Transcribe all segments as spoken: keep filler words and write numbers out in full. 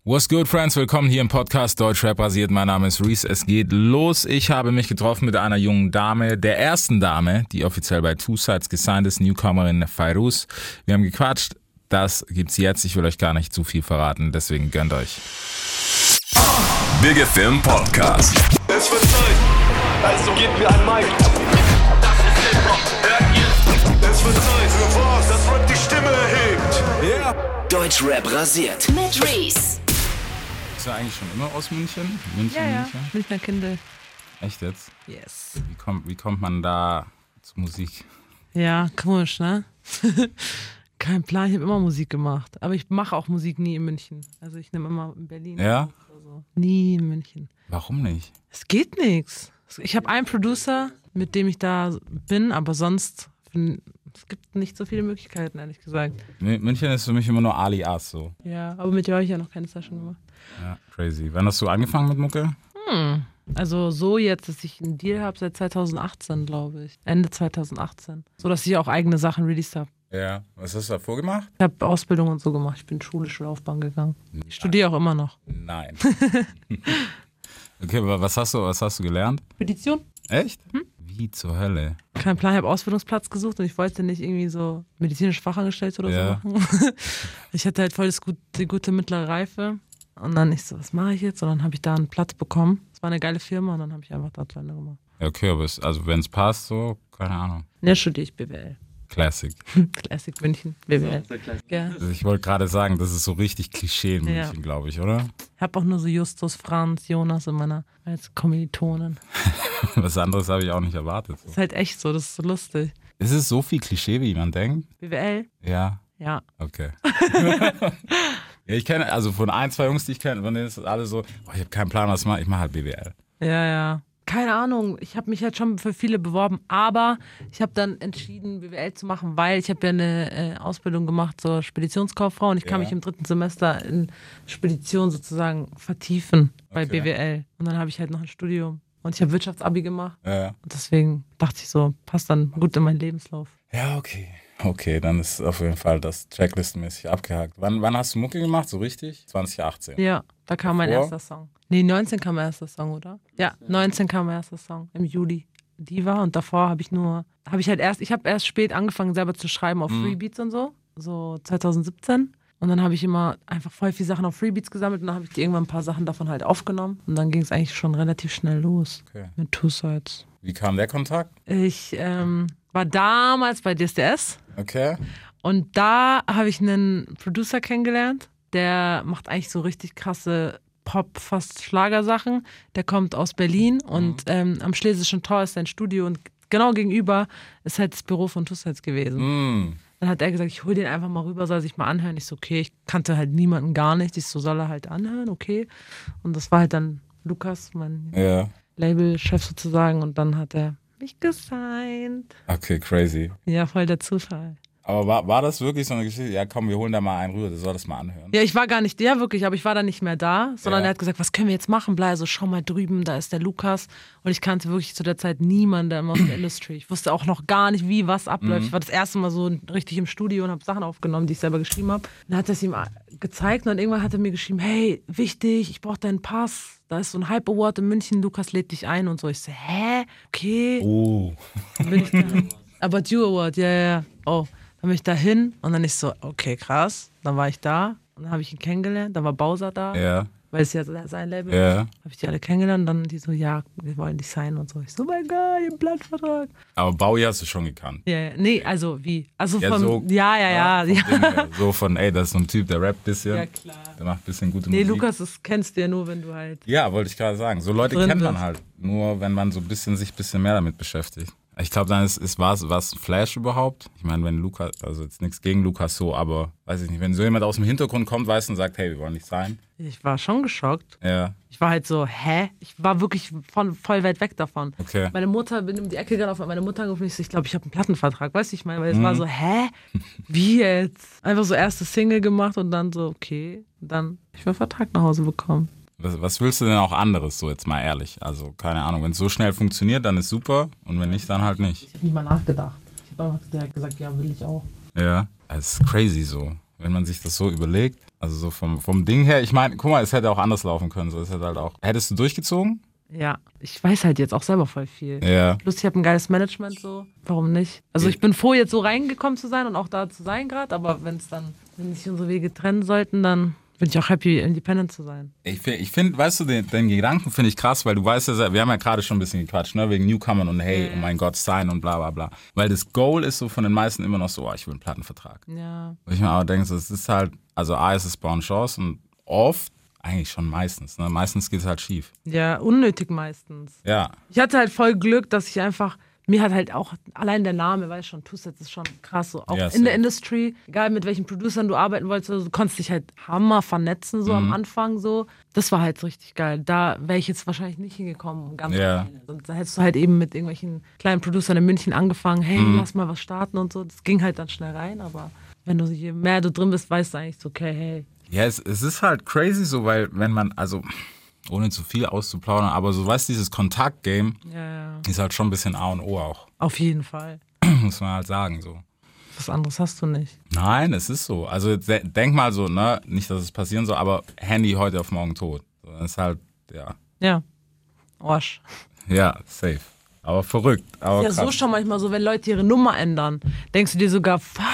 What's good, friends? Willkommen hier im Podcast Deutschrap rasiert. Mein Name ist Reese. Es geht los. Ich habe mich getroffen mit einer jungen Dame, der ersten Dame, die offiziell bei Two Sides gesigned ist, Newcomerin Fairuz. Wir haben gequatscht. Das gibt's jetzt. Ich will euch gar nicht zu viel verraten, deswegen gönnt euch. Big F M Podcast. Es wird Zeit, also gebt mir ein Mic. Das ist Hip-Hop, hört ihr? Es wird Zeit für was, das Rap die Stimme erhebt. Ja. Yeah. Deutschrap rasiert. Mit Reese. Ist ja eigentlich schon immer aus München? München, Ja, ja. München? Münchner Kindle. Echt jetzt? Yes. Wie kommt, wie kommt man da zu Musik? Ja, komisch, ne? Kein Plan, ich habe immer Musik gemacht. Aber ich mache auch Musik nie in München. Also ich nehme immer in Berlin. Ja? Oder so. Nie in München. Warum nicht? Es geht nichts. Ich habe einen Producer, mit dem ich da bin, aber sonst, es gibt nicht so viele Möglichkeiten, ehrlich gesagt. München ist für mich immer nur alias so. Ja, aber mit dir habe ich ja noch keine Session gemacht. Ja, crazy. Wann hast du angefangen mit Mucke? Hm. Also so jetzt, dass ich einen Deal habe seit zwanzig achtzehn, glaube ich. Ende zwanzig achtzehn. So, dass ich auch eigene Sachen released habe. Ja. Was hast du davor gemacht? Ich habe Ausbildung und so gemacht. Ich bin schulische Laufbahn gegangen. Ich studiere auch immer noch. Nein. Okay, aber was hast du, was hast du gelernt? Spedition? Echt? Hm? Wie zur Hölle? Kein Plan, ich habe Ausbildungsplatz gesucht und ich wollte nicht irgendwie so medizinische Fachangestellte oder Ja. so machen. Ich hatte halt voll das gut, die gute mittlere Reife. Und dann ich so, was mache ich jetzt? Und dann habe ich da einen Platz bekommen. Es war eine geile Firma und dann habe ich einfach da zu Ende gemacht. Ja, okay, aber es, also wenn es passt, so, keine Ahnung. Jetzt studiere ich B W L. Classic. Classic München, B W L. Ja. Also ich wollte gerade sagen, das ist so richtig Klischee in Ja. München, glaube ich, oder? Ich habe auch nur so Justus, Franz, Jonas in meiner als Kommilitonen. Was anderes habe ich auch nicht erwartet. So. Ist halt echt so, das ist so lustig. Ist es so viel Klischee, wie man denkt? B W L? Ja, Ja. okay. Ja, ich kenne, also von ein, zwei Jungs, die ich kenne, von denen ist alle so, boah, ich habe keinen Plan, was ich mache, ich mache halt B W L. Ja, ja. Keine Ahnung, ich habe mich halt schon für viele beworben, aber ich habe dann entschieden, B W L zu machen, weil ich habe ja eine äh, Ausbildung gemacht zur Speditionskauffrau und ich kann Ja. mich im dritten Semester in Spedition sozusagen vertiefen bei Okay. B W L. Und dann habe ich halt noch ein Studium und ich habe Wirtschaftsabi gemacht Ja. und deswegen dachte ich so, passt dann gut in meinen Lebenslauf. Ja, okay. Okay, dann ist auf jeden Fall das Checklistenmäßig abgehakt. Wann, wann hast du Mucke gemacht, so richtig? zwanzig achtzehn. Ja, da kam mein Davor? erster Song. Nee, neunzehn kam mein erster Song, oder? Ja, neunzehn kam mein erster Song im Juli. Diva und davor habe ich nur, habe ich halt erst, ich habe erst spät angefangen selber zu schreiben auf Mhm. Freebeats und so, so zwanzig siebzehn. Und dann habe ich immer einfach voll viele Sachen auf Freebeats gesammelt und dann habe ich die irgendwann ein paar Sachen davon halt aufgenommen. Und dann ging es eigentlich schon relativ schnell los Okay. mit Two Sides. Wie kam der Kontakt? Ich ähm, war damals bei D S D S Okay. und da habe ich einen Producer kennengelernt, der macht eigentlich so richtig krasse Pop, fast Schlagersachen. Der kommt aus Berlin und ähm, am Schlesischen Tor ist sein Studio und genau gegenüber ist halt das Büro von Two Sides gewesen. Mm. Dann hat er gesagt, ich hol den einfach mal rüber, soll sich mal anhören. Ich so, okay, ich kannte halt niemanden gar nicht. Ich so, soll er halt anhören, okay. Und das war halt dann Lukas, mein Ja. Labelchef sozusagen und dann hat er mich gesigned. Okay, crazy. Ja, voll der Zufall. Aber war, war das wirklich so eine Geschichte? Ja, komm, wir holen da mal einen rüber, der soll das mal anhören. Ja, ich war gar nicht der wirklich, aber ich war da nicht mehr da, sondern Ja. er hat gesagt, was können wir jetzt machen? Blei, so schau mal drüben, da ist der Lukas. Und ich kannte wirklich zu der Zeit niemanden aus der Industry. Ich wusste auch noch gar nicht, wie was abläuft. Mhm. Ich war das erste Mal so richtig im Studio und habe Sachen aufgenommen, die ich selber geschrieben habe. Dann hat er es ihm gezeigt und dann irgendwann hat er mir geschrieben, hey, wichtig, ich brauche deinen Pass. Da ist so ein Hype Award in München, Lukas lädt dich ein und so. Ich so, hä? Okay. Oh. Dann bin ich da. Aber You Award, ja, ja, ja. Oh. Dann bin ich da hin und dann ich so, okay, krass. Dann war ich da und dann habe ich ihn kennengelernt. Dann war Bowser da, Ja. weil es ja sein Label Ja. Habe ich die alle kennengelernt und dann die so, ja, wir wollen dich signen und so. Ich so, mein Gott, ihr Blattvertrag. Aber Bowie hast du schon gekannt. Ja, ja, nee, also wie? Also Ja, von, so- ja, ja, ja. Ja, Vom Ding her. So von, ey, das ist so ein Typ, der rappt ein bisschen. ja klar. Der macht ein bisschen gute Nee, Musik. Lukas, das kennst du ja nur, wenn du halt. Ja, wollte ich gerade sagen. So Leute Drin kennt man bist. halt. Nur wenn man so ein bisschen sich ein bisschen mehr damit beschäftigt. Ich glaube, dann ist, ist war es ein Flash überhaupt. Ich meine, wenn Lukas, also jetzt nichts gegen Lukas so, aber weiß ich nicht, wenn so jemand aus dem Hintergrund kommt, weißt du, und sagt, hey, wir wollen nicht sein. Ich war schon geschockt. Ja, Ich war halt so, hä? Ich war wirklich von, voll weit weg davon. okay. Meine Mutter, bin um die Ecke gegangen, auf meine Mutter angerufen, ich so, ich glaube, ich habe einen Plattenvertrag, weißt du, ich meine, weil es Mhm. war so, hä? Wie jetzt? Einfach so erste Single gemacht und dann so, okay, und dann hab ich meinen Vertrag nach Hause bekommen. Was, was willst du denn auch anderes, so jetzt mal ehrlich? Also, keine Ahnung, wenn es so schnell funktioniert, dann ist super und wenn nicht, dann halt nicht. Ich habe nicht mal nachgedacht. Ich habe einfach gesagt, ja, will ich auch. Ja, es ist crazy so, wenn man sich das so überlegt. Also so vom, vom Ding her, ich meine, guck mal, es hätte auch anders laufen können. So, es hätte halt auch. Hättest du durchgezogen? Ja, ich weiß halt jetzt auch selber voll viel. Ja. Plus ich habe ein geiles Management, so. Warum nicht? Also ich bin froh, jetzt so reingekommen zu sein und auch da zu sein gerade, aber wenn es dann, wenn sich unsere Wege trennen sollten, dann bin ich auch happy, independent zu sein. Ich finde, ich find, weißt du, den, den Gedanken finde ich krass, weil du weißt ja, wir haben ja gerade schon ein bisschen gequatscht, ne, wegen Newcomern und hey, oh mein Gott, sein und bla bla bla. Weil das Goal ist so von den meisten immer noch so, oh, ich will einen Plattenvertrag. Ja. Wo ich mir aber denke, so, es ist halt, also A, ist es Born Chance und oft, eigentlich schon meistens, ne, meistens geht es halt schief. Ja, unnötig meistens. Ja. Ich hatte halt voll Glück, dass ich einfach, mir hat halt auch, allein der Name, weißt schon, Two-Sets ist schon krass, so auch Ja, in safe. der Industry, egal mit welchen Producern du arbeiten wolltest, du konntest dich halt hammer vernetzen, so Mhm. am Anfang so. Das war halt so richtig geil. Da wäre ich jetzt wahrscheinlich nicht hingekommen, ganz Ja. alleine. Und da hättest du halt eben mit irgendwelchen kleinen Producern in München angefangen, hey, Mhm. lass mal was starten und so. Das ging halt dann schnell rein, aber wenn du je mehr du drin bist, weißt du eigentlich so, okay, hey. Ja, es, es ist halt crazy so, weil wenn man, also ohne zu viel auszuplaudern, aber so weißt du, dieses Kontakt-Game Ja, ja. ist halt schon ein bisschen A und O auch, Auf jeden Fall. muss man halt sagen so. Was anderes hast du nicht. Nein, es ist so. Also de- denk mal so, ne, nicht, dass es passieren soll, aber Handy heute auf morgen tot. So, das ist halt, ja, Ja. Arsch. ja, safe. Aber verrückt. Aber Ja, krass. so schon manchmal so, wenn Leute ihre Nummer ändern, denkst du dir sogar, fuck,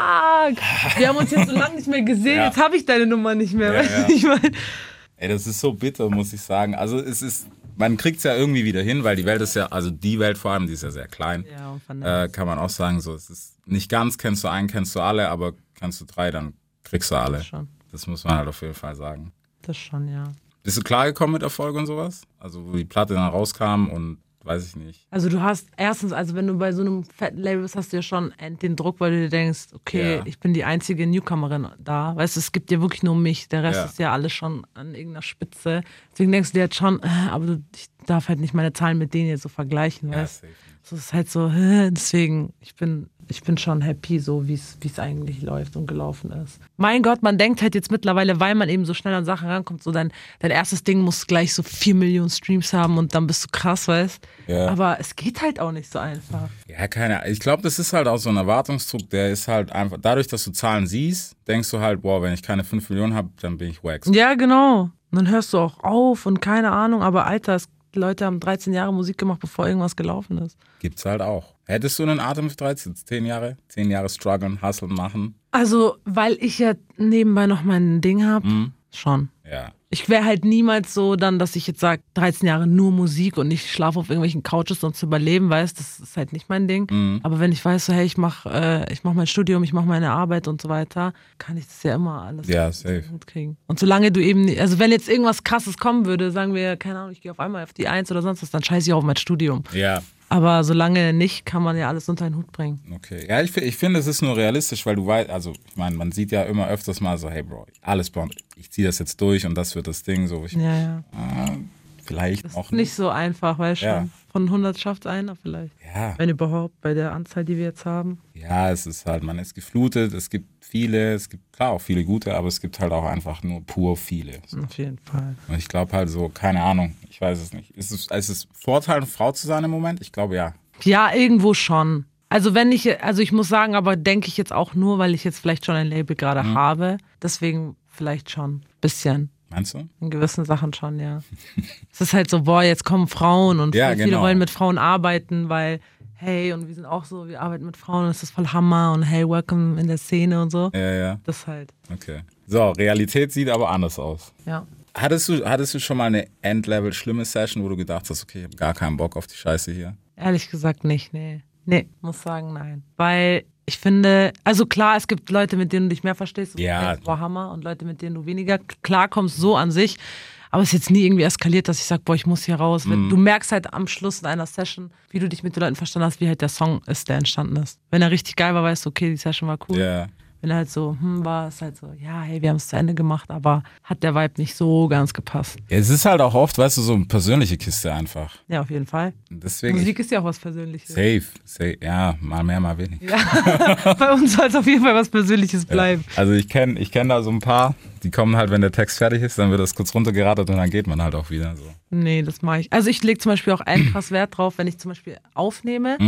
wir haben uns jetzt so lange nicht mehr gesehen, Ja. jetzt habe ich deine Nummer nicht mehr. Ja, weißt ja. du, ich mein, Ey, das ist so bitter, muss ich sagen. Also es ist, man kriegt es ja irgendwie wieder hin, weil die Welt ist ja, also die Welt vor allem, die ist ja sehr klein. ja, und Äh, vernetzt. kann man auch sagen, so, es ist nicht ganz, kennst du einen, kennst du alle, aber kennst du drei, dann kriegst du alle. Das schon. Das muss man halt auf jeden Fall sagen. Das schon, ja. Bist du klargekommen mit Erfolg und sowas? Also wo die Platte dann rauskam und weiß ich nicht. Also du hast erstens, also wenn du bei so einem fetten Label bist, hast du ja schon den Druck, weil du dir denkst, okay, Ja. ich bin die einzige Newcomerin da. Weißt du, es gibt ja wirklich nur mich, der Rest Ja. ist ja alles schon an irgendeiner Spitze. Deswegen denkst du dir jetzt schon, äh, aber du, ich darf halt nicht meine Zahlen mit denen jetzt so vergleichen, Ja, weißt du? safe. So ist halt so, äh, deswegen, ich bin, ich bin schon happy, so wie es eigentlich läuft und gelaufen ist. Mein Gott, man denkt halt jetzt mittlerweile, weil man eben so schnell an Sachen rankommt, so dein, dein erstes Ding muss gleich so vier Millionen Streams haben und dann bist du krass, weißt? Ja. Aber es geht halt auch nicht so einfach. Ja, keine Ahnung. Ich glaube, das ist halt auch so ein Erwartungsdruck, der ist halt einfach, dadurch, dass du Zahlen siehst, denkst du halt, boah, wenn ich keine fünf Millionen habe, dann bin ich wax. Ja, genau. Und dann hörst du auch auf und keine Ahnung, aber Alter, es, Leute haben dreizehn Jahre Musik gemacht, bevor irgendwas gelaufen ist. Gibt's halt auch. Hättest du einen Atem für dreizehn, zehn Jahre? zehn Jahre strugglen, hustlen, machen? Also, weil ich ja nebenbei noch mein Ding habe, Mhm. schon. Ja. Ich wäre halt niemals so dann, dass ich jetzt sage, dreizehn Jahre nur Musik und ich schlafe auf irgendwelchen Couches und zu überleben, weißt, das ist halt nicht mein Ding. Mhm. Aber wenn ich weiß, so, hey, ich mache äh, ich mach mein Studium, ich mache meine Arbeit und so weiter, kann ich das ja immer alles Ja, safe. mitkriegen. Und solange du eben, nicht- also wenn jetzt irgendwas Krasses kommen würde, sagen wir, keine Ahnung, ich gehe auf einmal auf die Eins oder sonst was, dann scheiße ich auch auf mein Studium. Ja, Aber solange nicht, kann man ja alles unter den Hut bringen. okay. Ja, ich, fi- ich finde, es ist nur realistisch, weil du weißt, also ich meine, man sieht ja immer öfters mal so, hey Bro, alles Born, ich ziehe das jetzt durch und das wird das Ding, so ich, Ja, ja. ah, vielleicht auch Nicht so einfach, weißt du Ja. schon. Von hundert schafft einer vielleicht. Ja, Wenn überhaupt, bei der Anzahl, die wir jetzt haben. ja, es ist halt, man ist geflutet, es gibt viele, es gibt klar auch viele gute, aber es gibt halt auch einfach nur pur viele. So. Auf jeden Fall. Und ich glaube halt so, keine Ahnung, ich weiß es nicht. Ist es, ist es Vorteil, eine Frau zu sein im Moment? Ich glaube ja. Ja, irgendwo schon. Also wenn ich, also ich muss sagen, aber denke ich jetzt auch nur, weil ich jetzt vielleicht schon ein Label gerade Mhm. habe. Deswegen vielleicht schon ein bisschen. Meinst du? In gewissen Sachen schon, ja. Es ist halt so, boah, jetzt kommen Frauen und Ja, voll viele genau. wollen mit Frauen arbeiten, weil, hey, und wir sind auch so, wir arbeiten mit Frauen und es ist voll Hammer und hey, welcome in der Szene und so. Ja, ja, Das halt, okay. So, Realität sieht aber anders aus. ja. Hattest du, hattest du schon mal eine Endlevel schlimme Session, wo du gedacht hast, okay, ich habe gar keinen Bock auf die Scheiße hier? Ehrlich gesagt nicht, nee. Nee, muss sagen, nein. Weil ich finde, also klar, es gibt Leute, mit denen du dich mehr verstehst, Ja. das war Hammer, und Leute, mit denen du weniger klarkommst, so an sich. Aber es ist jetzt nie irgendwie eskaliert, dass ich sage, boah, ich muss hier raus. Wenn, du merkst halt am Schluss in einer Session, wie du dich mit den Leuten verstanden hast, wie halt der Song ist, der entstanden ist. Wenn er richtig geil war, weißt du, okay, die Session war cool. Ja. Wenn er halt so, hm, war es halt so, ja, hey, wir haben es zu Ende gemacht, aber hat der Vibe nicht so ganz gepasst. Ja, es ist halt auch oft, weißt du, so eine persönliche Kiste einfach. Ja, auf jeden Fall. Und deswegen. Musik ist ja auch was Persönliches. Safe, safe. Ja, mal mehr, mal weniger. Bei uns soll es auf jeden Fall was Persönliches bleiben. Also ich kenne ich kenn da so ein paar, die kommen halt, wenn der Text fertig ist, dann wird das kurz runtergerattert und dann geht man halt auch wieder so. Nee, das mache ich. Also ich lege zum Beispiel auch einen krass Wert drauf, wenn ich zum Beispiel aufnehme, Mhm.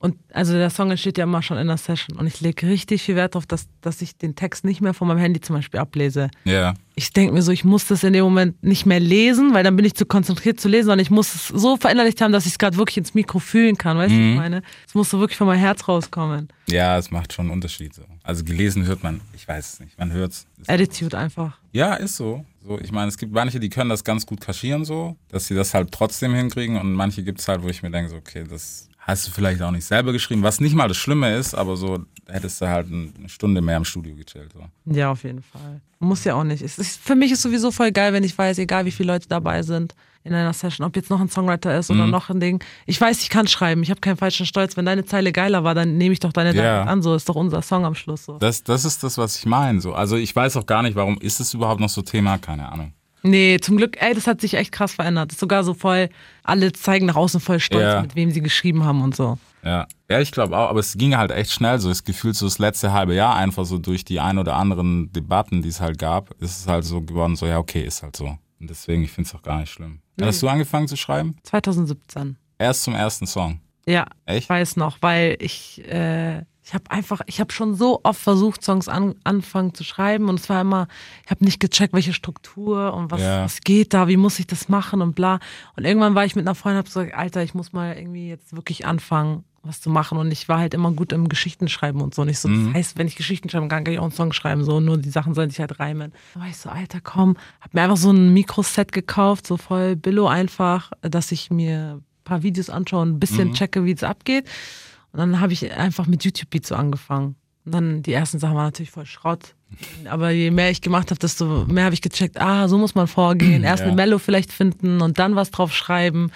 Und also der Song entsteht ja immer schon in der Session. Und ich lege richtig viel Wert darauf, dass, dass ich den Text nicht mehr von meinem Handy zum Beispiel ablese. Ja. Ich denke mir so, ich muss das in dem Moment nicht mehr lesen, weil dann bin ich zu konzentriert zu lesen, sondern ich muss es so verinnerlicht haben, dass ich es gerade wirklich ins Mikro fühlen kann. Weißt du, Mhm. was ich meine? Es muss so wirklich von meinem Herz rauskommen. Ja, es macht schon einen Unterschied. So. Also gelesen hört man, ich weiß es nicht, man hört es. Attitude einfach. Ja, ist so. so. Ich meine, es gibt manche, die können das ganz gut kaschieren so, dass sie das halt trotzdem hinkriegen und manche gibt es halt, wo ich mir denke, so, okay, das hast du vielleicht auch nicht selber geschrieben, was nicht mal das Schlimme ist, aber so hättest du halt eine Stunde mehr im Studio gechillt. So. Ja, auf jeden Fall. Muss ja auch nicht. Es ist, für mich ist sowieso voll geil, wenn ich weiß, egal wie viele Leute dabei sind in einer Session, ob jetzt noch ein Songwriter ist oder Mhm. noch ein Ding. Ich weiß, ich kann schreiben, ich habe keinen falschen Stolz. Wenn deine Zeile geiler war, dann nehme ich doch deine Ja. Zeile an. So ist doch unser Song am Schluss. So. Das, das ist das, was ich meine. So. Also ich weiß auch gar nicht, warum ist es überhaupt noch so Thema, keine Ahnung. Nee, zum Glück, ey, das hat sich echt krass verändert. Das ist sogar so voll, alle zeigen nach außen voll stolz, Ja. mit wem sie geschrieben haben und so. Ja, ja, ich glaube auch, aber es ging halt echt schnell so. Das Gefühl, so das letzte halbe Jahr einfach so durch die ein oder anderen Debatten, die es halt gab, ist es halt so geworden, so ja, okay, ist halt so. Und deswegen, ich finde es auch gar nicht schlimm. Nee. Hast du angefangen zu schreiben? zwanzig siebzehn. Erst zum ersten Song. Ja, Echt? ich weiß noch, weil ich, äh, ich habe einfach, ich habe schon so oft versucht, Songs an, anfangen zu schreiben und es war immer, ich habe nicht gecheckt, welche Struktur und was, Ja. was geht da, wie muss ich das machen und bla. Und irgendwann war ich mit einer Freundin und habe gesagt, Alter, ich muss mal irgendwie jetzt wirklich anfangen, was zu machen. Und ich war halt immer gut im Geschichtenschreiben und so. Und ich so, Mhm. das heißt, wenn ich Geschichten schreiben kann, kann ich auch einen Song schreiben. So, nur die Sachen sollen sich halt reimen. Da war ich so, Alter, komm, hab mir einfach so ein Mikroset gekauft, so voll Billo einfach, dass ich mir ein paar Videos anschaue und ein bisschen Mhm. checke, wie es abgeht. Und dann habe ich einfach mit YouTube-Beats so angefangen. Und dann die ersten Sachen waren natürlich voll Schrott. Aber je mehr ich gemacht habe, desto mehr habe ich gecheckt, ah, so muss man vorgehen. Erst Ja. eine Mello vielleicht finden und dann was drauf schreiben.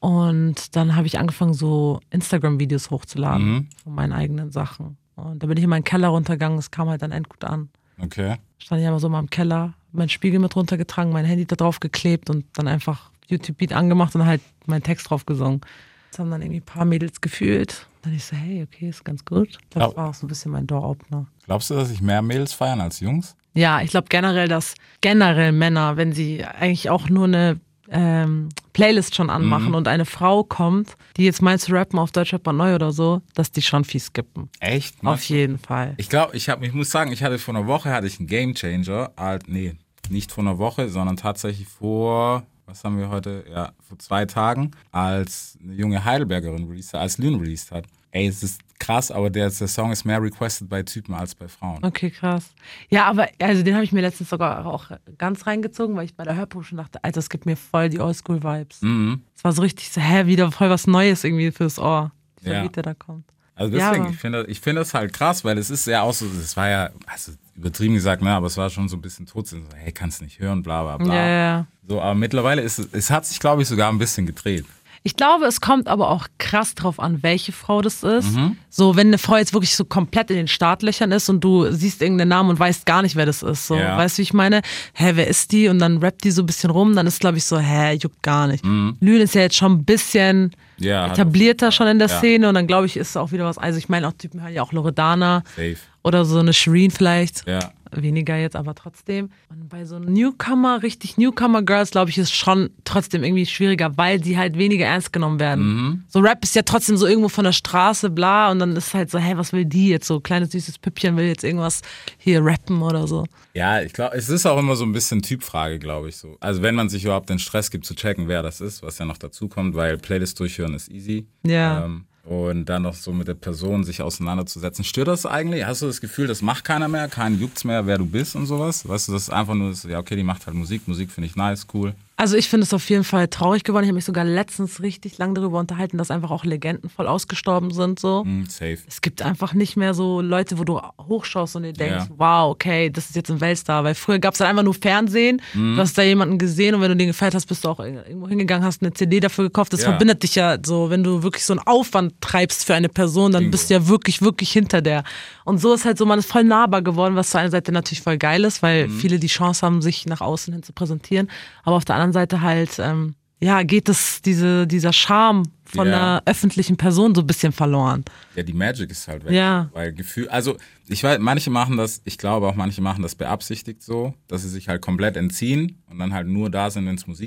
Und dann habe ich angefangen, so Instagram-Videos hochzuladen Mhm. von meinen eigenen Sachen. Und da bin ich in meinen Keller runtergegangen, es kam halt dann endgut an. Okay. Stand ich einfach so mal im Keller, meinen Spiegel mit runtergetragen, mein Handy da drauf geklebt und dann einfach YouTube-Beat angemacht und halt meinen Text drauf gesungen. Das haben dann irgendwie ein paar Mädels gefühlt. Dann ich so, hey, okay, ist ganz gut. Das Glaub- war auch so ein bisschen mein Door-Opener. Glaubst du, dass sich mehr Mädels feiern als Jungs? Ja, ich glaube generell, dass generell Männer, wenn sie eigentlich auch nur eine ähm, Playlist schon anmachen Mhm. und eine Frau kommt, die jetzt meint zu rappen auf Deutschrapper neu oder so, dass die schon viel skippen. Echt? Auf jeden Fall. Ich glaube, ich, hab- ich muss sagen, ich hatte vor einer Woche hatte ich einen Gamechanger. Halt, nee, nicht vor einer Woche, sondern tatsächlich vor, was haben wir heute? Ja, vor zwei Tagen, als eine junge Heidelbergerin released hat, als Lün released hat. Ey, es ist krass, aber der, der Song ist mehr requested bei Typen als bei Frauen. Okay, krass. Ja, aber also den habe ich mir letztens sogar auch ganz reingezogen, weil ich bei der Hörprobe schon dachte, Alter, es gibt mir voll die Oldschool-Vibes. Mhm. Es war so richtig so, hä, wieder voll was Neues irgendwie fürs Ohr. Dieser Ja. Beat, der da kommt. Also Ja, deswegen, aber- ich finde ich finde das halt krass, weil es ist ja auch so, es war ja, also übertrieben gesagt, ne, aber es war schon so ein bisschen tot, so, hey, kannst nicht hören, bla bla bla. Ja, ja, ja. So, aber mittlerweile ist es, es hat sich, glaube ich, sogar ein bisschen gedreht. Ich glaube, es kommt aber auch krass drauf an, welche Frau das ist. Mhm. So, wenn eine Frau jetzt wirklich so komplett in den Startlöchern ist und du siehst irgendeinen Namen und weißt gar nicht, wer das ist. So, Ja. weißt du, wie ich meine? Hä, wer ist die? Und dann rappt die so ein bisschen rum, dann ist, glaube ich, so, hä, juckt gar nicht. Mhm. Lün ist ja jetzt schon ein bisschen Ja, hat etablierter schon in der Ja. Szene und dann, glaube ich, ist es auch wieder was. Also, ich meine, auch Typen hören ja auch Loredana safe. oder so eine Shireen vielleicht. Ja. Weniger jetzt, aber trotzdem. Und bei so Newcomer, richtig Newcomer-Girls, glaube ich, ist schon trotzdem irgendwie schwieriger, weil die halt weniger ernst genommen werden. Mhm. So Rap ist ja trotzdem so irgendwo von der Straße, bla, und dann ist halt so, hey, was will die jetzt? So kleines süßes Püppchen will jetzt irgendwas hier rappen oder so. Ja, ich glaube, es ist auch immer so ein bisschen Typfrage, glaube ich so. Also wenn man sich überhaupt den Stress gibt zu checken, wer das ist, was ja noch dazu kommt, weil Playlist durchhören ist easy. Ja. Ähm, und dann noch so mit der Person sich auseinanderzusetzen. Stört das eigentlich? Hast du das Gefühl, das macht keiner mehr? Keinen juckt's mehr, wer du bist und sowas? Weißt du, das ist einfach nur, so, ja okay, die macht halt Musik. Musik finde ich nice, cool. Also ich finde es auf jeden Fall traurig geworden. Ich habe mich sogar letztens richtig lang darüber unterhalten, dass einfach auch Legenden voll ausgestorben sind. So. Hm, safe. Es gibt einfach nicht mehr so Leute, wo du hochschaust und dir denkst, Ja. wow, okay, das ist jetzt ein Weltstar. Weil früher gab es dann einfach nur Fernsehen, Mhm. du hast da jemanden gesehen und wenn du den gefällt hast, bist du auch irgendwo hingegangen, hast eine C D dafür gekauft. Das Ja. verbindet dich ja so, wenn du wirklich so einen Aufwand treibst für eine Person, dann Bingo. bist du ja wirklich, wirklich hinter der. Und so ist halt so, man ist voll nahbar geworden, was zur einen Seite natürlich voll geil ist, weil Mhm. viele die Chance haben, sich nach außen hin zu präsentieren. Aber auf der anderen Seite halt, ähm, ja, geht es diese, dieser Charme von Ja. einer öffentlichen Person so ein bisschen verloren. Ja, die Magic ist halt weg. Ja. Weil Gefühl, also ich weiß, manche machen das, ich glaube auch manche machen das beabsichtigt so, dass sie sich halt komplett entziehen und dann halt nur da sind, wenn es Musik gibt.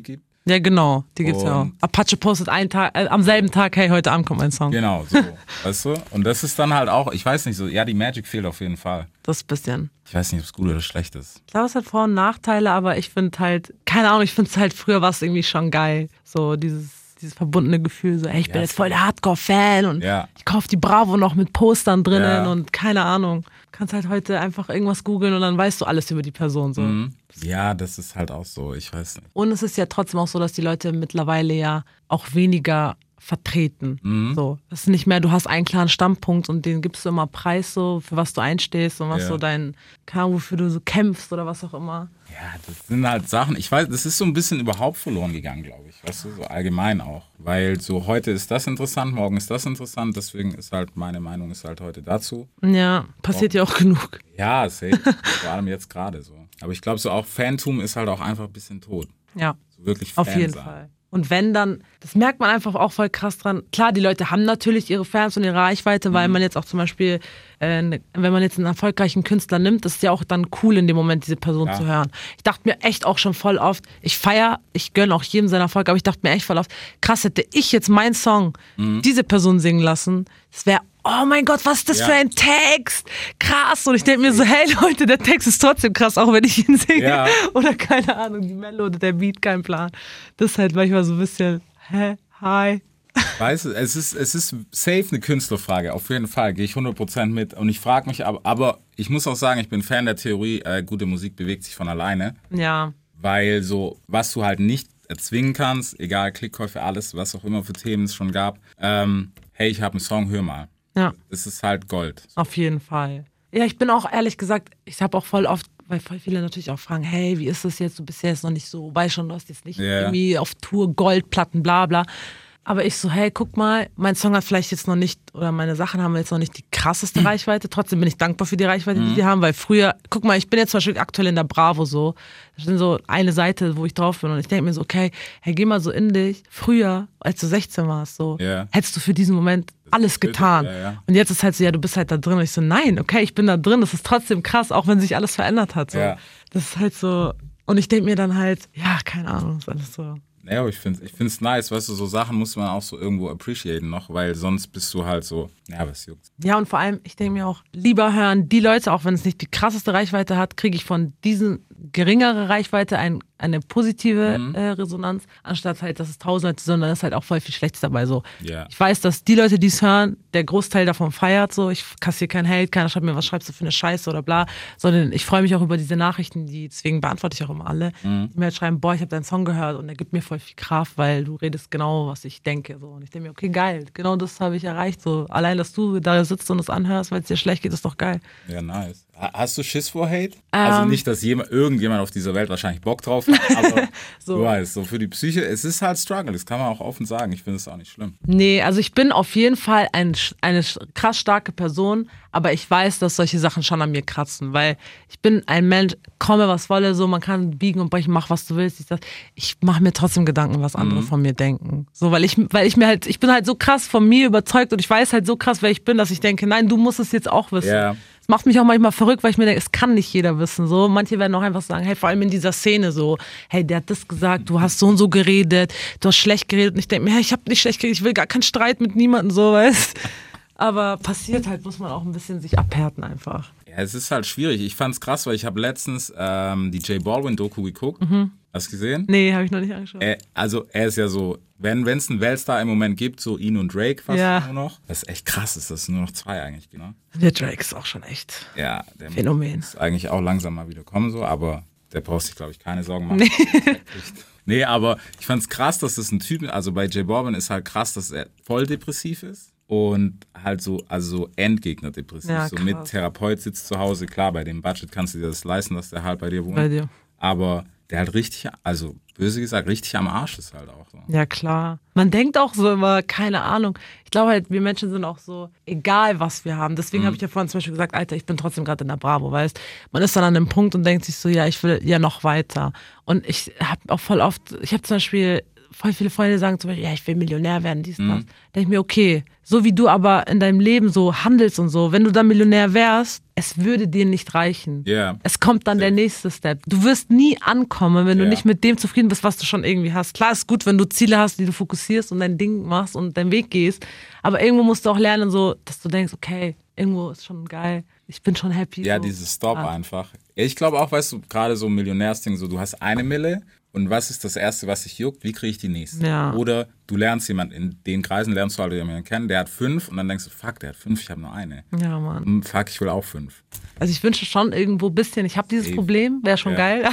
Ja, genau, die gibt's Und- ja auch. Apache postet einen Tag, äh, am selben Tag, hey, heute Abend kommt mein Song. Genau, so, weißt du? Und das ist dann halt auch, ich weiß nicht, so, ja, die Magic fehlt auf jeden Fall. Das ist ein bisschen. Ich weiß nicht, ob es gut oder schlecht ist. Ich glaube, es hat Vor- und Nachteile, aber ich finde halt, keine Ahnung, ich finde es halt, früher war es irgendwie schon geil. So dieses, dieses verbundene Gefühl, so, ey, ich bin Ja, jetzt voll der Hardcore-Fan und Ja. ich kaufe die Bravo noch mit Postern drinnen Ja. und keine Ahnung. Du kannst halt heute einfach irgendwas googeln und dann weißt du alles über die Person. So. Mhm. Ja, das ist halt auch so, ich weiß nicht. Und es ist ja trotzdem auch so, dass die Leute mittlerweile ja auch weniger vertreten. Mhm. So, es ist nicht mehr, du hast einen klaren Standpunkt und den gibst du immer Preis, so für was du einstehst und was Ja. so dein, keine Ahnung, wofür du so kämpfst oder was auch immer. Ja, das sind halt Sachen, ich weiß, das ist so ein bisschen überhaupt verloren gegangen, glaube ich. Weißt du, so allgemein auch. Weil so heute ist das interessant, morgen ist das interessant, deswegen ist halt meine Meinung ist halt heute dazu. Ja, passiert ja auch genug. Ja, safe. Vor allem jetzt gerade so. Aber ich glaube so auch Fantum ist halt auch einfach ein bisschen tot. Ja, So wirklich Fan auf jeden sein. Fall. Und wenn dann, das merkt man einfach auch voll krass dran. Klar, die Leute haben natürlich ihre Fans und ihre Reichweite, weil man jetzt auch zum Beispiel, äh, ne- wenn man jetzt einen erfolgreichen Künstler nimmt, das ist ja auch dann cool in dem Moment, diese Person Ja. zu hören. Ich dachte mir echt auch schon voll oft, ich feiere, ich gönne auch jedem seinen Erfolg, aber ich dachte mir echt voll oft, krass, hätte ich jetzt meinen Song diese Person singen lassen, das wäre, oh mein Gott, was ist das Ja. für ein Text? Krass. Und ich denke mir so, hey Leute, der Text ist trotzdem krass, auch wenn ich ihn singe. Ja. Oder keine Ahnung, die Melodie, der Beat, kein Plan. Das ist halt manchmal so ein bisschen, hä, hi. Weißt du, es ist, es ist safe eine Künstlerfrage, auf jeden Fall, gehe ich hundert Prozent mit. Und ich frage mich, aber, aber ich muss auch sagen, ich bin Fan der Theorie, äh, gute Musik bewegt sich von alleine, Ja, weil so, was du halt nicht erzwingen kannst, egal, Klickkäufe, alles, was auch immer für Themen es schon gab, ähm, hey, ich habe einen Song, hör mal. ja, Das ist halt Gold. auf jeden Fall. Ja, ich bin auch ehrlich gesagt, ich habe auch voll oft, weil voll viele natürlich auch fragen, hey, wie ist das jetzt? Du bist ja jetzt noch nicht so, weißt schon, du hast jetzt nicht Ja. irgendwie auf Tour Goldplatten, bla bla. Aber ich so, hey, guck mal, mein Song hat vielleicht jetzt noch nicht, oder meine Sachen haben jetzt noch nicht die krasseste Reichweite. Trotzdem bin ich dankbar für die Reichweite, die die haben, weil früher, guck mal, ich bin jetzt zum Beispiel aktuell in der Bravo so. Das ist so eine Seite, wo ich drauf bin und ich denke mir so, okay, hey, geh mal so in dich. Früher, als du sechzehn warst, so, Ja. hättest du für diesen Moment alles getan. Ja, ja. Und jetzt ist halt so, ja, du bist halt da drin. Und ich so, nein, okay, ich bin da drin. Das ist trotzdem krass, auch wenn sich alles verändert hat. So. Ja. Das ist halt so, und ich denke mir dann halt, ja, keine Ahnung, ist alles so. Ja, aber ich finde es ich find's nice, weißt du, so Sachen muss man auch so irgendwo appreciaten noch, weil sonst bist du halt so, ja, was juckt. Ja, und vor allem, ich denke mir auch, lieber hören die Leute, auch wenn es nicht die krasseste Reichweite hat, kriege ich von diesen geringere Reichweite ein, eine positive Mhm. äh, Resonanz, anstatt halt, dass es tausend Leute sind, dann ist halt auch voll viel Schlechtes dabei. So. Ja. Ich weiß, dass die Leute, die es hören, der Großteil davon feiert, so, ich kassiere kein Hate, keiner schreibt mir, was schreibst du für eine Scheiße oder bla, sondern ich freue mich auch über diese Nachrichten, die, deswegen beantworte ich auch immer alle, Mhm. die mir halt schreiben, boah, ich habe deinen Song gehört und der gibt mir voll viel Kraft, weil du redest genau, was ich denke. So. Und ich denke mir, okay, geil, genau das habe ich erreicht. So. Allein, dass du da sitzt und es anhörst, weil es dir schlecht geht, ist doch geil. Ja, nice. Ha- Hast du Schiss vor Hate? also Ähm. nicht, dass jemand, irgendjemand auf dieser Welt wahrscheinlich Bock drauf hat, aber So. du weißt, so für die Psyche, es ist halt Struggle, das kann man auch offen sagen. Ich finde es auch nicht schlimm. Nee, also ich bin auf jeden Fall ein, eine krass starke Person, aber ich weiß, dass solche Sachen schon an mir kratzen, weil ich bin ein Mensch, komme was wolle, so man kann biegen und brechen, mach was du willst. Ich, ich mache mir trotzdem Gedanken, was andere Mhm. von mir denken. So, weil ich, weil ich mir halt, ich bin halt so krass von mir überzeugt und ich weiß halt so krass, wer ich bin, dass ich denke, nein, du musst es jetzt auch wissen. Ja. Es macht mich auch manchmal verrückt, weil ich mir denke, es kann nicht jeder wissen. So, manche werden auch einfach sagen, hey, vor allem in dieser Szene so, hey, der hat das gesagt, du hast so und so geredet, du hast schlecht geredet. Und ich denke mir, hey, ich habe nicht schlecht geredet, ich will gar keinen Streit mit niemandem, so, weißt. Aber passiert halt, muss man auch ein bisschen sich abhärten einfach. Ja, es ist halt schwierig. Ich fand's krass, weil ich habe letztens ähm, die J Balvin-Doku geguckt. Hast du gesehen? Nee, habe ich noch nicht angeschaut. Er, also er ist ja so, wenn es einen Weltstar im Moment gibt, so ihn und Drake fast Ja. nur noch. Was echt krass ist, das sind nur noch zwei eigentlich, genau. Der Drake ist auch schon echt Ja, der Phänomen. muss eigentlich auch langsam mal wieder kommen, so, aber der braucht sich, glaube ich, keine Sorgen machen. Nee, aber ich fand's krass, dass das ein Typ, also bei J Balvin ist halt krass, dass er voll depressiv ist und halt so, also so Endgegner depressiv, Ja, so mit krass. Therapeut sitzt zu Hause, klar, bei dem Budget kannst du dir das leisten, dass der halt bei dir wohnt. Bei dir. Aber der halt richtig, also böse gesagt, richtig am Arsch ist halt auch so. Ja, klar. Man denkt auch so immer, keine Ahnung. Ich glaube halt, wir Menschen sind auch so, egal was wir haben. Deswegen habe ich ja vorhin zum Beispiel gesagt, Alter, ich bin trotzdem gerade in der Bravo, weißt. Man ist dann an einem Punkt und denkt sich so, ja, ich will ja noch weiter. Und ich habe auch voll oft, ich habe zum Beispiel voll viele Freunde sagen zum Beispiel, ja, ich will Millionär werden, dies und Mhm. das. Da denke ich mir, okay, so wie du aber in deinem Leben so handelst und so, wenn du dann Millionär wärst, es würde dir nicht reichen. Ja. Es kommt dann der nächste Step. Du wirst nie ankommen, wenn du Ja. nicht mit dem zufrieden bist, was du schon irgendwie hast. Klar, ist gut, wenn du Ziele hast, die du fokussierst und dein Ding machst und deinen Weg gehst, aber irgendwo musst du auch lernen, so, dass du denkst, okay, irgendwo ist schon geil, ich bin schon happy. Ja, so. dieses Stop Ja. einfach. Ich glaube auch, weißt du, gerade so ein Millionärsding, so du hast eine Mille und was ist das Erste, was dich juckt? Wie kriege ich die nächste? Ja. Oder du lernst jemanden, in den Kreisen lernst du halt jemanden kennen, der hat fünf und dann denkst du, fuck, der hat fünf, ich habe nur eine. Ja, Mann. Hm, Fuck, ich will auch fünf. Also ich wünsche schon irgendwo ein bisschen, ich habe dieses Eben. Problem, wäre schon Ja. geil.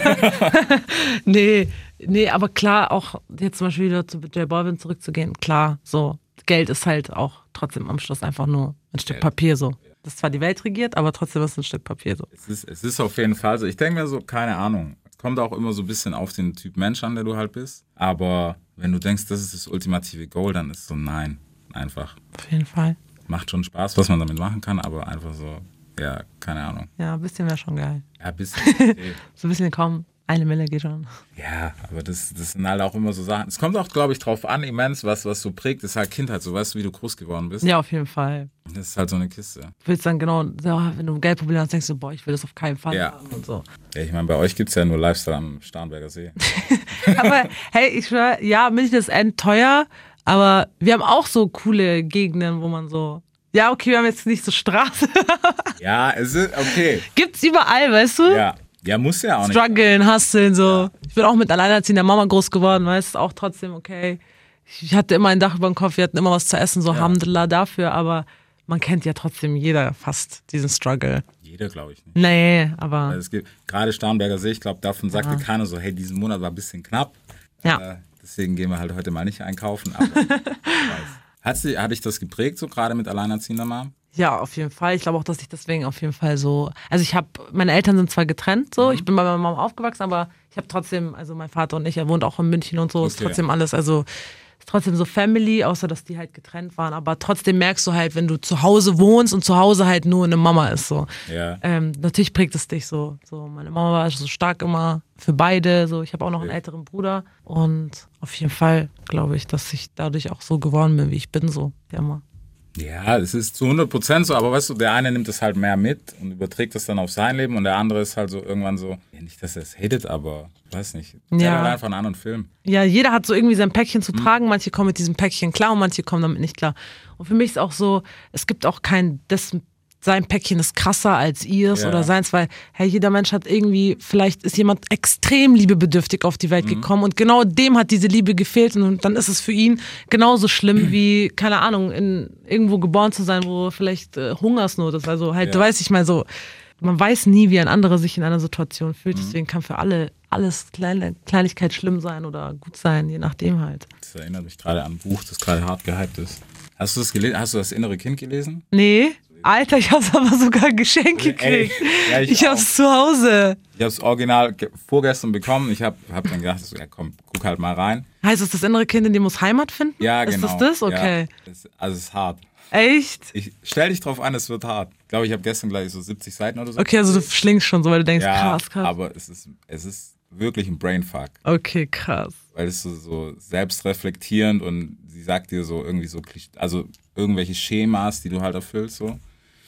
nee, nee, aber klar, auch jetzt zum Beispiel wieder zu J Balvin zurückzugehen, klar, so, Geld ist halt auch trotzdem am Schluss einfach nur ein Stück Geld. Papier so. Das ist zwar die Welt regiert, aber trotzdem ist es ein Stück Papier so. Es ist, es ist auf jeden Fall so. Ich denke mir so, keine Ahnung. Es kommt auch immer so ein bisschen auf den Typ Mensch an, der du halt bist. Aber wenn du denkst, das ist das ultimative Goal, dann ist so nein. Einfach. Auf jeden Fall. Macht schon Spaß, was man damit machen kann, aber einfach so, ja, keine Ahnung. Ja, ein bisschen wäre schon geil. Ja, ein bisschen. Okay. So ein bisschen kaum, eine Mille geht schon. Ja, aber das, das sind halt auch immer so Sachen. Es kommt auch, glaube ich, drauf an, immens, was, was so prägt, ist halt Kindheit. So weißt du, wie du groß geworden bist. Ja, auf jeden Fall. Das ist halt so eine Kiste. Du willst dann genau, ja, wenn du ein Geldproblem hast, denkst du, boah, ich will das auf keinen Fall Ja. haben und so. Ja, ich meine, bei euch gibt es ja nur Lifestyle am Starnberger See. Aber hey, ich schwör, ja, München ist endteuer, aber wir haben auch so coole Gegenden, wo man so, ja, okay, wir haben jetzt nicht so Straße. Ja, es ist okay. Gibt's überall, weißt du? Ja, ja muss ja auch nicht. Struggeln, hustlen, so. Ich bin auch mit alleinerziehender Mama groß geworden, weißt du, auch trotzdem okay. Ich hatte immer ein Dach über dem Kopf, wir hatten immer was zu essen, so Ja. Alhamdulillah dafür, aber man kennt ja trotzdem jeder fast diesen Struggle. Jeder, glaube ich nicht. Nee, aber Weil es gibt, gerade Starnberger See, ich glaube, davon sagte keiner so, hey, diesen Monat war ein bisschen knapp. ja. Äh, deswegen gehen wir halt heute mal nicht einkaufen. Aber ich weiß. Hat, sie, hat dich das geprägt, so gerade mit alleinerziehender Mom? Ja, auf jeden Fall. Ich glaube auch, dass ich deswegen auf jeden Fall so. Also ich habe, meine Eltern sind zwar getrennt, so, ich bin bei meiner Mama aufgewachsen, aber ich habe trotzdem, also mein Vater und ich, er wohnt auch in München und so, ist Okay. trotzdem alles, also ist trotzdem so Family, außer dass die halt getrennt waren. Aber trotzdem merkst du halt, wenn du zu Hause wohnst und zu Hause halt nur eine Mama ist, so. Ja. Ähm, natürlich prägt es dich so. So, meine Mama war so stark immer für beide. So, ich habe auch noch einen Okay. älteren Bruder und auf jeden Fall glaube ich, dass ich dadurch auch so geworden bin, wie ich bin, so. Ja, immer. Ja, es ist zu hundert Prozent so, aber weißt du, der eine nimmt es halt mehr mit und überträgt das dann auf sein Leben und der andere ist halt so irgendwann so, ja, nicht, dass er es hatet, aber ich weiß nicht, der Ja. hat halt einfach einen anderen Film. Ja, jeder hat so irgendwie sein Päckchen zu tragen. Manche kommen mit diesem Päckchen klar und manche kommen damit nicht klar. Und für mich ist auch so, es gibt auch kein, das, sein Päckchen ist krasser als ihrs Ja. oder seins, weil hey, jeder Mensch hat irgendwie, vielleicht ist jemand extrem liebebedürftig auf die Welt Mhm. gekommen und genau dem hat diese Liebe gefehlt und dann ist es für ihn genauso schlimm wie, keine Ahnung, in irgendwo geboren zu sein, wo vielleicht äh, Hungersnot ist. Also halt, Ja. du weißt, ich mal so, man weiß nie, wie ein anderer sich in einer Situation fühlt. Mhm. Deswegen kann für alle alles kleine Kleinigkeit schlimm sein oder gut sein, je nachdem halt. Das erinnert mich gerade an ein Buch, das gerade hart gehypt ist. Hast du das gelesen? Hast du das innere Kind gelesen? Nee, Alter, ich hab's aber sogar geschenkt Ey, gekriegt. ja, ich ich auch. hab's zu Hause. Ich habe es original ge- vorgestern bekommen. Ich habe hab dann gedacht, so, ja komm, guck halt mal rein. Heißt es, das innere Kind in dir muss Heimat finden? Ja, ist genau. Ist das das? Okay. Ja, es, also es ist hart. Echt? Ich stell dich drauf an, es wird hart. Ich glaube, ich habe gestern gleich so siebzig Seiten oder so. Okay, also du schlingst schon so, weil du denkst, ja, krass, krass. aber es ist, es ist wirklich ein Brainfuck. Okay, krass. Weil es so, so selbstreflektierend und sie sagt dir so irgendwie so, Klisch- also irgendwelche Schemas, die du halt erfüllst so.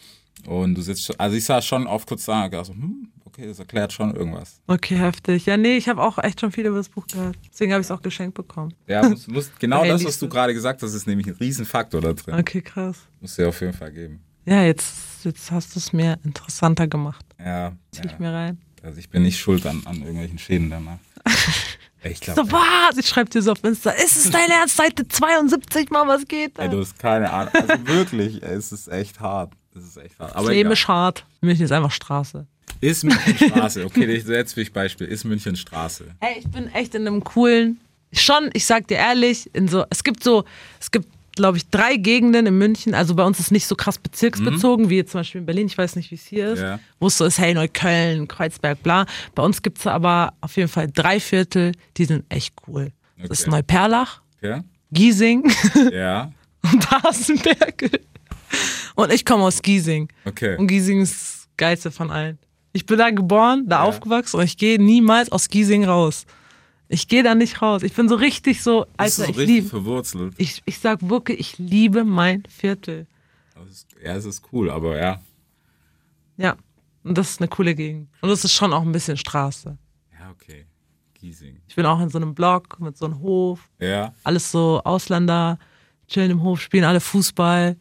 Und du sitzt schon, also ich saß schon oft kurz da und gedacht so, hm, okay, das erklärt schon irgendwas. Okay, heftig. Ja, nee, ich habe auch echt schon viel über das Buch gehört. Deswegen habe ich es auch geschenkt bekommen. Ja, muss, muss, genau Hey, das, liest was du du- gerade gesagt hast, ist nämlich ein Riesenfaktor da drin. Okay, krass. Muss dir auf jeden Fall geben. Ja, jetzt, jetzt hast du es mir interessanter gemacht. Ja, Zieh ich ja. mir rein. Also ich bin nicht schuld an, an irgendwelchen Schäden danach. Ich glaube, So, was? Ich schreibe dir so auf Insta. Ist es dein Ernst? Seite zweiundsiebzig, Mal, was geht da? ey, du hast keine Ahnung. Also wirklich, ey, es ist echt hart. Es ist echt hart. Das Aber Leben egal. ist hart. München ist einfach Straße. Ist München Straße. Okay, jetzt für ich Beispiel. Ist München Straße. Ey, ich bin echt in einem coolen, schon, ich sag dir ehrlich, in so, es gibt so, es gibt, glaube ich, drei Gegenden in München, also bei uns ist nicht so krass bezirksbezogen, wie jetzt zum Beispiel in Berlin, ich weiß nicht, wie es hier ist, Ja. wo es so ist, hey, Neukölln, Kreuzberg, bla. Bei uns gibt es aber auf jeden Fall drei Viertel, die sind echt cool. Das ist Okay. Neuperlach, Ja? Giesing Ja. und Hasenbergel. Und ich komme aus Giesing. Okay. Und Giesing ist das Geilste von allen. Ich bin da geboren, da aufgewachsen und ich gehe niemals aus Giesing raus. Ich gehe da nicht raus. Ich bin so richtig so, Bist Alter, du so ich richtig liebe. verwurzelt? Ich, ich sag wirklich, ich liebe mein Viertel. Das ist, ja, es ist cool, aber ja. Ja. Und das ist eine coole Gegend. Und das ist schon auch ein bisschen Straße. Ja, okay. Giesing. Ich bin auch in so einem Block mit so einem Hof. Ja. Alles so Ausländer, chillen im Hof, spielen alle Fußball.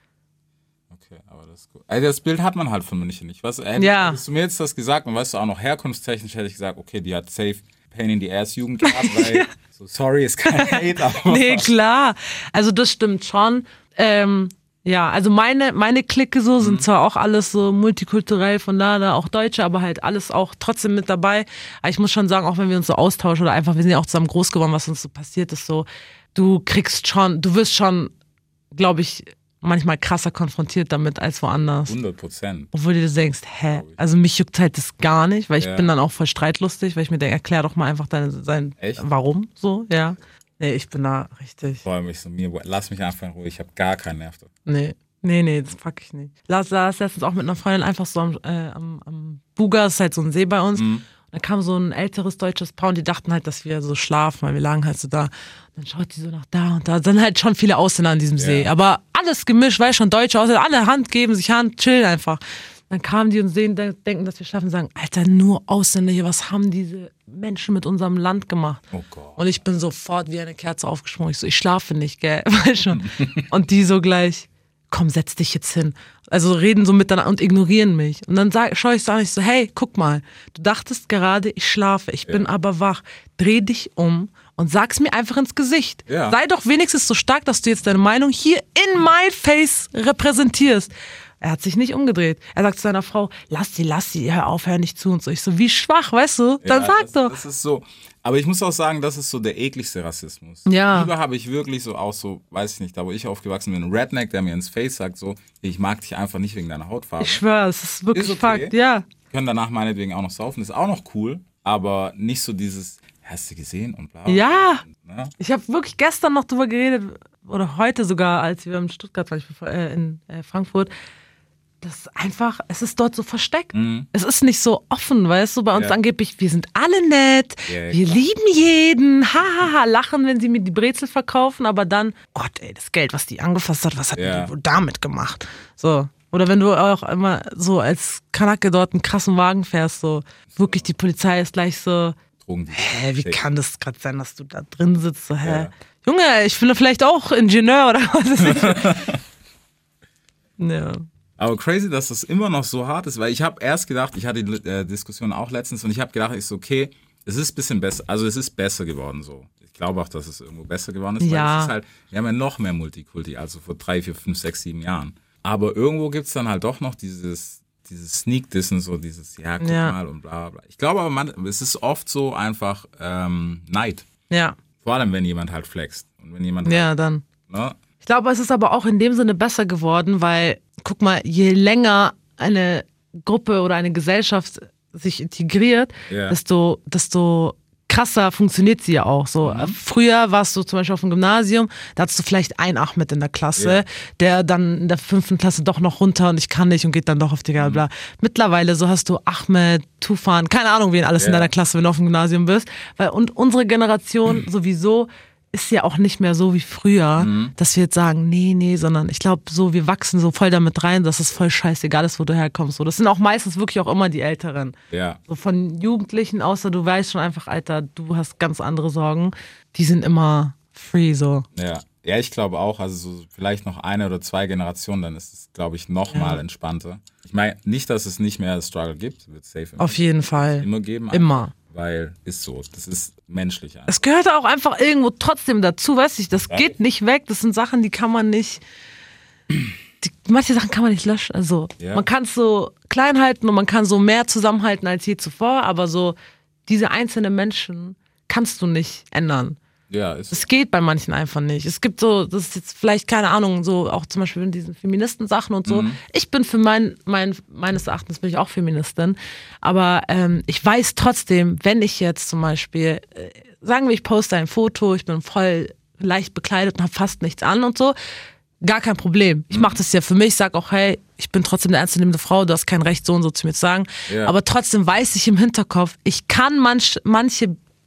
Okay, aber das ist gut. Also das Bild hat man halt von München nicht. Was, hättest, Ja. hättest du mir jetzt das gesagt und weißt du auch noch herkunftstechnisch, hätte ich gesagt, okay, die hat safe Pain in the Ass Jugend gehabt, weil so sorry ist kein Hate, aber Nee, klar. Also das stimmt schon. Ähm, ja, also meine, meine Clique so sind zwar auch alles so multikulturell von da, da auch Deutsche, aber halt alles auch trotzdem mit dabei. Aber ich muss schon sagen, auch wenn wir uns so austauschen oder einfach, wir sind ja auch zusammen groß geworden, was uns so passiert ist, so, du kriegst schon, du wirst schon, glaube ich, manchmal krasser konfrontiert damit als woanders. hundert Prozent. Obwohl du dir denkst, hä, also mich juckt halt das gar nicht, weil ich Ja. bin dann auch voll streitlustig, weil ich mir denke, erklär doch mal einfach deine, sein, Echt? warum so, ja. Nee, ich bin da richtig. Vor allem ich so, mir, lass mich einfach in Ruhe, ich habe gar keinen Nerv. Nee, nee, nee, das fuck ich nicht. Lars saß letztens auch mit einer Freundin einfach so am, äh, am, am Buga, das ist halt so ein See bei uns. Mhm. Und dann kam so ein älteres deutsches Paar und die dachten halt, dass wir so schlafen, weil wir lagen halt so da. Und dann schaut die so nach da und da. Dann halt schon viele Ausländer an diesem See. Ja. Aber alles gemischt, weil schon Deutsche, Ausländer, alle Hand geben, sich Hand, chillen einfach. Dann kamen die und sehen, denken, dass wir schlafen und sagen, Alter, nur Ausländer hier, was haben diese Menschen mit unserem Land gemacht? Oh Gott. Und ich bin sofort wie eine Kerze aufgesprungen. Ich so, ich schlafe nicht, gell? Weißt schon. Und die so gleich, komm, setz dich jetzt hin. Also reden so miteinander und ignorieren mich. Und dann sag, schaue ich so an, ich so, hey, guck mal, du dachtest gerade, ich schlafe, ich bin aber wach. Dreh dich um und sag's mir einfach ins Gesicht. Ja. Sei doch wenigstens so stark, dass du jetzt deine Meinung hier in my face repräsentierst. Er hat sich nicht umgedreht. Er sagt zu seiner Frau, lass sie, lass sie, hör auf, hör nicht zu und so. Ich so, wie schwach, weißt du? Dann Ja, sag das, doch. Das ist so. Aber ich muss auch sagen, das ist so der ekligste Rassismus. Ja. Lieber habe ich wirklich so auch so, weiß ich nicht, da wo ich aufgewachsen bin, einen Redneck, der mir ins Face sagt so, ich mag dich einfach nicht wegen deiner Hautfarbe. Ich schwöre, es ist wirklich Ist okay. Fakt, ja. Können danach meinetwegen auch noch saufen, ist auch noch cool, aber nicht so dieses, hast du gesehen und bla. Ja. Und, ne? Ich habe wirklich gestern noch drüber geredet, oder heute sogar, als wir in Stuttgart waren, ich war äh, in äh, Frankfurt. Das ist einfach, es ist dort so versteckt. Mhm. Es ist nicht so offen, weißt du, bei uns Ja. angeblich, wir sind alle nett, Ja, wir klar. lieben jeden, hahaha, lachen, wenn sie mir die Brezel verkaufen, aber dann, Gott ey, das Geld, was die angefasst hat, was hat Ja. die wohl damit gemacht? So. Oder wenn du auch immer so als Kanake dort einen krassen Wagen fährst, so wirklich die Polizei ist gleich so, Drogen. hä, wie Shake. kann das gerade sein, dass du da drin sitzt? So, hä? Ja. Junge, ich bin vielleicht auch Ingenieur oder was weiß ich. Ja. Aber crazy, dass das immer noch so hart ist, weil ich habe erst gedacht, ich hatte die äh, Diskussion auch letztens und ich habe gedacht, ich so, okay, es ist ein bisschen besser, also es ist besser geworden so. Ich glaube auch, dass es irgendwo besser geworden ist, weil Ja. es ist halt, wir haben ja noch mehr Multikulti, also vor drei, vier, fünf, sechs, sieben Jahren. Aber irgendwo gibt es dann halt doch noch dieses, dieses Sneak-Dissen, so dieses, ja, guck Ja. mal und bla bla. Ich glaube aber, man, es ist oft so einfach ähm, Neid. Ja, Vor allem, wenn jemand halt flext. Und wenn jemand ja, halt, dann. ne? Ich glaube, es ist aber auch in dem Sinne besser geworden, weil, guck mal, je länger eine Gruppe oder eine Gesellschaft sich integriert, Ja. desto, desto krasser funktioniert sie ja auch. So, Mhm. früher warst du zum Beispiel auf dem Gymnasium, da hattest du vielleicht einen Ahmed in der Klasse, Ja. der dann in der fünften Klasse doch noch runter und ich kann nicht und geht dann doch auf die Mhm. bla. Mittlerweile so hast du Ahmed, Tufan, keine Ahnung, wen alles in Ja. deiner Klasse, wenn du auf dem Gymnasium bist. Weil, und unsere Generation sowieso ist ja auch nicht mehr so wie früher, Mhm. dass wir jetzt sagen, nee, nee, sondern ich glaube, so wir wachsen so voll damit rein, dass es voll scheißegal ist, wo du herkommst. So, das sind auch meistens wirklich auch immer die Älteren. Ja. So von Jugendlichen, außer du weißt schon einfach, Alter, du hast ganz andere Sorgen, die sind immer free so. Ja. Ja, ich glaube auch, also so vielleicht noch eine oder zwei Generationen, dann ist es, glaube ich, noch mal entspannter. Ich meine, nicht, dass es nicht mehr Struggle gibt, wird safe immer, Auf jeden Fall. immer geben. Immer. Weil ist so, das ist menschlich einfach. Es gehört auch einfach irgendwo trotzdem dazu, weißt du, das Ja. geht nicht weg, das sind Sachen, die kann man nicht, die, manche Sachen kann man nicht löschen, also Ja. man kann es so klein halten und man kann so mehr zusammenhalten als je zuvor, aber so diese einzelnen Menschen kannst du nicht ändern. Ja, ist Es geht bei manchen einfach nicht. Es gibt so, das ist jetzt vielleicht, keine Ahnung, so auch zum Beispiel in diesen Feministen-Sachen und so. Mhm. Ich bin für mein, mein, meines Erachtens bin ich auch Feministin, aber ähm, ich weiß trotzdem, wenn ich jetzt zum Beispiel, äh, sagen wir, ich poste ein Foto, ich bin voll leicht bekleidet und habe fast nichts an und so, gar kein Problem. Ich mache das ja für mich, sag auch, hey, ich bin trotzdem eine ernstzunehmende Frau, du hast kein Recht, so und so zu mir zu sagen. Ja. Aber trotzdem weiß ich im Hinterkopf, ich kann manch, manche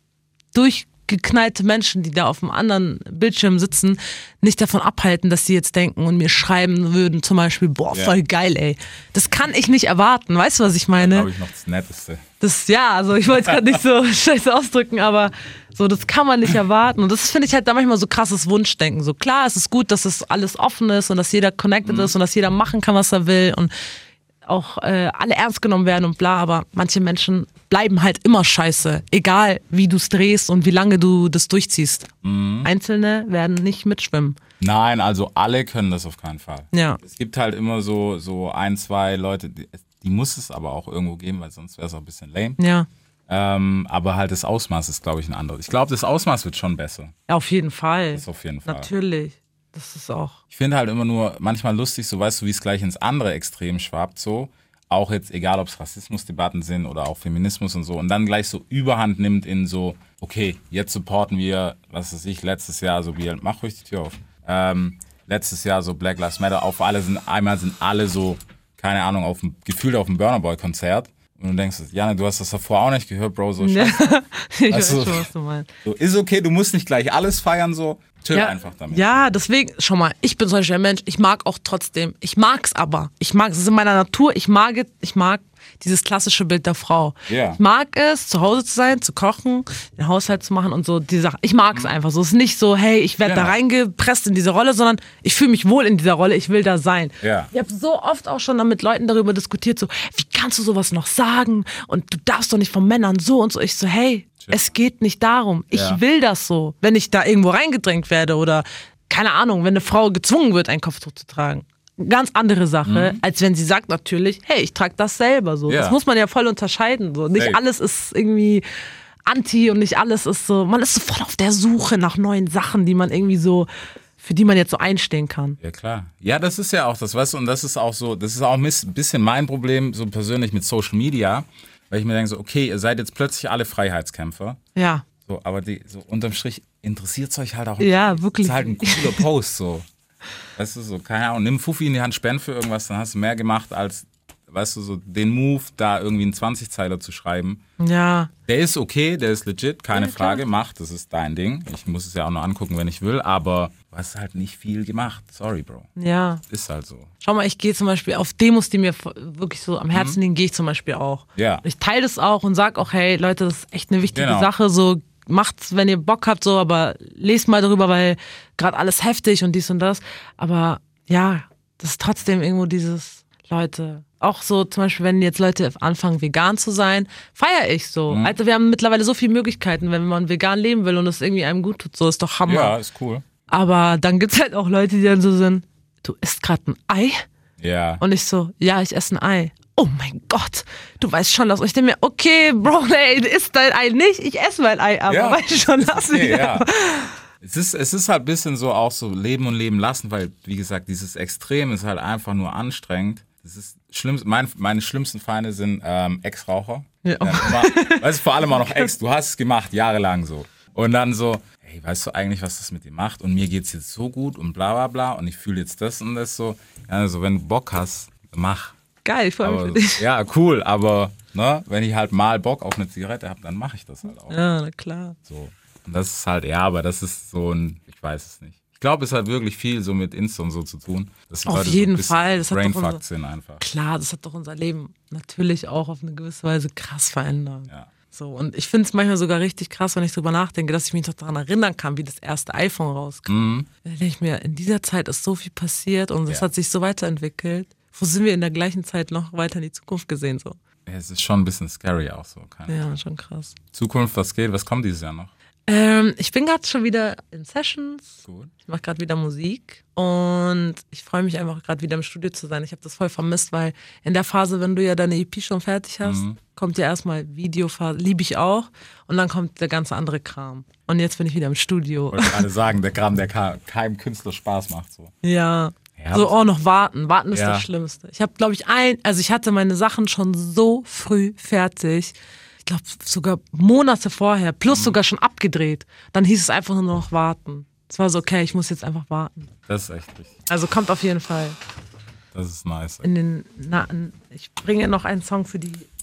durchgeknallte Menschen, die da auf dem anderen Bildschirm sitzen, nicht davon abhalten, dass sie jetzt denken und mir schreiben würden, zum Beispiel, boah, Ja. voll geil, ey. Das kann ich nicht erwarten, weißt du, was ich meine? Glaube ich noch das Netteste. Das, ja, also ich wollte es gerade nicht so scheiße ausdrücken, aber so, das kann man nicht erwarten. Und das finde ich halt da manchmal so krasses Wunschdenken. So klar, es ist gut, dass es alles offen ist und dass jeder connected Mhm. ist und dass jeder machen kann, was er will und auch äh, alle ernst genommen werden und bla, aber manche Menschen bleiben halt immer scheiße, egal wie du es drehst und wie lange du das durchziehst. Mhm. Einzelne werden nicht mitschwimmen. Nein, also alle können das auf keinen Fall. Ja. Es gibt halt immer so, so ein, zwei Leute, die, die muss es aber auch irgendwo geben, weil sonst wäre es auch ein bisschen lame. Ja, Ähm, aber halt das Ausmaß ist, glaube ich, ein anderes. Ich glaube, das Ausmaß wird schon besser. auf jeden Fall. Das auf jeden Fall. Natürlich. Das ist auch. Ich finde halt immer nur manchmal lustig, so weißt du, wie es gleich ins andere Extrem schwappt, so. Auch jetzt, egal ob es Rassismusdebatten sind oder auch Feminismus und so. Und dann gleich so Überhand nimmt in so, okay, jetzt supporten wir, was weiß ich, letztes Jahr so, wie, mach ruhig die Tür auf. Ähm, letztes Jahr so Black Lives Matter, auf alle sind, einmal sind alle so, keine Ahnung, auf dem, gefühlt auf dem Burna Boy Konzert. Und du denkst, Janne, du hast das davor auch nicht gehört, Bro, so Ja. scheiße. Ich Also- weiß schon, was du meinst. So, ist okay, du musst nicht gleich alles feiern, so. Chill einfach damit. Ja, deswegen, schau mal, ich bin zum Beispiel ein Mensch, ich mag auch trotzdem, ich mag's aber. Ich mag es in meiner Natur, ich mag, es- ich mag dieses klassische Bild der Frau. Ja. Ich mag es, zu Hause zu sein, zu kochen, den Haushalt zu machen und so die Sachen. Ich mag es einfach so. Es ist nicht so, hey, ich werde Genau. da reingepresst in diese Rolle, sondern ich fühle mich wohl in dieser Rolle, ich will da sein. Ja. Ich habe so oft auch schon mit Leuten darüber diskutiert, so, wie kannst du sowas noch sagen? Und du darfst doch nicht von Männern so und so. Ich so, hey, es geht nicht darum. Ich Ja. will das so. Wenn ich da irgendwo reingedrängt werde oder, keine Ahnung, wenn eine Frau gezwungen wird, ein Kopftuch zu tragen. Ganz andere Sache, als wenn sie sagt natürlich, hey, ich trage das selber so. Mhm. Ja. Das muss man ja voll unterscheiden. So. Nicht Safe. alles ist irgendwie anti und nicht alles ist so, man ist sofort auf der Suche nach neuen Sachen, die man irgendwie so, für die man jetzt so einstehen kann. Ja, klar. Ja, das ist ja auch das, weißt du, und das ist auch so, das ist auch ein bisschen mein Problem, so persönlich mit Social Media, weil ich mir denke so, okay, ihr seid jetzt plötzlich alle Freiheitskämpfer, Ja, so, aber die, so unterm Strich interessiert es euch halt auch nicht. ja, wirklich. Das ist halt ein cooler Post, so. Weißt du, so, keine Ahnung, nimm Fuffi in die Hand, spend für irgendwas, dann hast du mehr gemacht als, weißt du, so den Move, da irgendwie einen zwanzig-Zeiler zu schreiben. Ja, Der ist okay, der ist legit, keine Ja, klar. Frage, mach, das ist dein Ding. Ich muss es ja auch nur angucken, wenn ich will, aber du hast halt nicht viel gemacht. Sorry, Bro. ja. Ist halt so. Schau mal, ich gehe zum Beispiel auf Demos, die mir wirklich so am Herzen liegen, gehe ich zum Beispiel auch. Mhm. Ja. Ich teile das auch und sag auch, hey Leute, das ist echt eine wichtige Genau. Sache, so macht's, wenn ihr Bock habt, so, aber lest mal darüber, weil gerade alles heftig und dies und das. Aber ja, das ist trotzdem irgendwo dieses, Leute, auch so zum Beispiel, wenn jetzt Leute anfangen, vegan zu sein, feiere ich so. Mhm. Also wir haben mittlerweile so viele Möglichkeiten, wenn man vegan leben will und es irgendwie einem gut tut, so ist doch Hammer. Ja, ist cool. Aber dann gibt's halt auch Leute, die dann so sind, du isst gerade ein Ei? Ja. Und ich so, ja, ich esse ein Ei. Oh mein Gott, du weißt schon, dass ich denke mir, okay, Bro, ey, isst dein Ei nicht, ich esse mein Ei, aber Ja, weißt du schon, ist lass okay, mich ja. einfach. Es ist, es ist halt ein bisschen so auch so leben und leben lassen, weil, wie gesagt, dieses Extrem ist halt einfach nur anstrengend. Das ist schlimm, mein, meine schlimmsten Feinde sind ähm, Ex-Raucher. Ja. Ja, immer, weißt du, vor allem auch noch Ex, du hast es gemacht, jahrelang so. Und dann so, hey, weißt du eigentlich, was das mit dir macht? Und mir geht's jetzt so gut und bla bla bla und ich fühle jetzt das und das so. Also wenn du Bock hast, mach. Geil, ich freue mich Aber, für dich. ja, cool, aber ne, wenn ich halt mal Bock auf eine Zigarette habe, dann mache ich das halt auch. Ja, na klar. So. Und das ist halt, ja, aber das ist so ein, ich weiß es nicht. Ich glaube, es hat wirklich viel so mit Insta und so zu tun. Dass die Auf Leute jeden so ein bisschen Fall, das hat doch brainfucked unser- sind einfach. Klar, das hat doch unser Leben natürlich auch auf eine gewisse Weise krass verändert. Ja. So, und ich finde es manchmal sogar richtig krass, wenn ich drüber nachdenke, dass ich mich noch daran erinnern kann, wie das erste iPhone rauskam. Mhm. Da denke ich mir, in dieser Zeit ist so viel passiert und es Ja. hat sich so weiterentwickelt. Wo sind wir in der gleichen Zeit noch weiter in die Zukunft gesehen? So? Ja, es ist schon ein bisschen scary auch so. Keine Ja, schon krass. Zukunft, was geht? Was kommt dieses Jahr noch? Ähm, ich bin gerade schon wieder in Sessions. Gut. Ich mache gerade wieder Musik und ich freue mich einfach gerade wieder im Studio zu sein. Ich habe das voll vermisst, weil in der Phase, wenn du ja deine E P schon fertig hast, Mhm. kommt ja erstmal Videophase, liebe ich auch, und dann kommt der ganze andere Kram. Und jetzt bin ich wieder im Studio. Ich wollte gerade sagen, der Kram, der ka- keinem Künstler Spaß macht. So. Ja. Ja, So, oh, noch warten. Warten ist Ja. das Schlimmste. Ich habe, glaube ich, ein, also ich hatte meine Sachen schon so früh fertig. Ich glaube sogar Monate vorher, Mhm. plus sogar schon abgedreht. Dann hieß es einfach nur noch warten. Es war so, okay, ich muss jetzt einfach warten. Das ist echt richtig. Also kommt auf jeden Fall Das ist nice. in den, na, in- ich bringe noch einen Song für die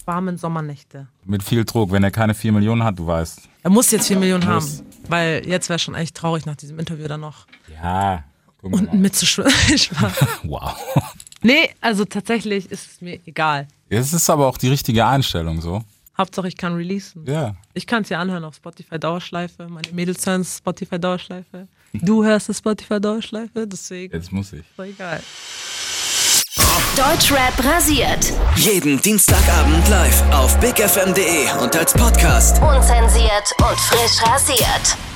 warmen Sommernächte. Mit viel Druck, wenn er keine vier Millionen hat, du weißt. Er muss jetzt vier Millionen Muss. haben, weil jetzt wäre schon echt traurig nach diesem Interview dann noch Ja. Guck mal. unten mitzuschwimmen. Wow. Nee, also tatsächlich ist es mir egal. Es ist aber auch die richtige Einstellung so. Hauptsache ich kann releasen. Ja. Ich kann es ja anhören auf Spotify Dauerschleife. Meine Mädels hören Spotify Dauerschleife. Du hörst es Spotify Dauerschleife, deswegen Jetzt muss ich. ist doch egal. Deutschrap rasiert. Jeden Dienstagabend live auf bigfm punkt de und als Podcast. Unzensiert und frisch rasiert.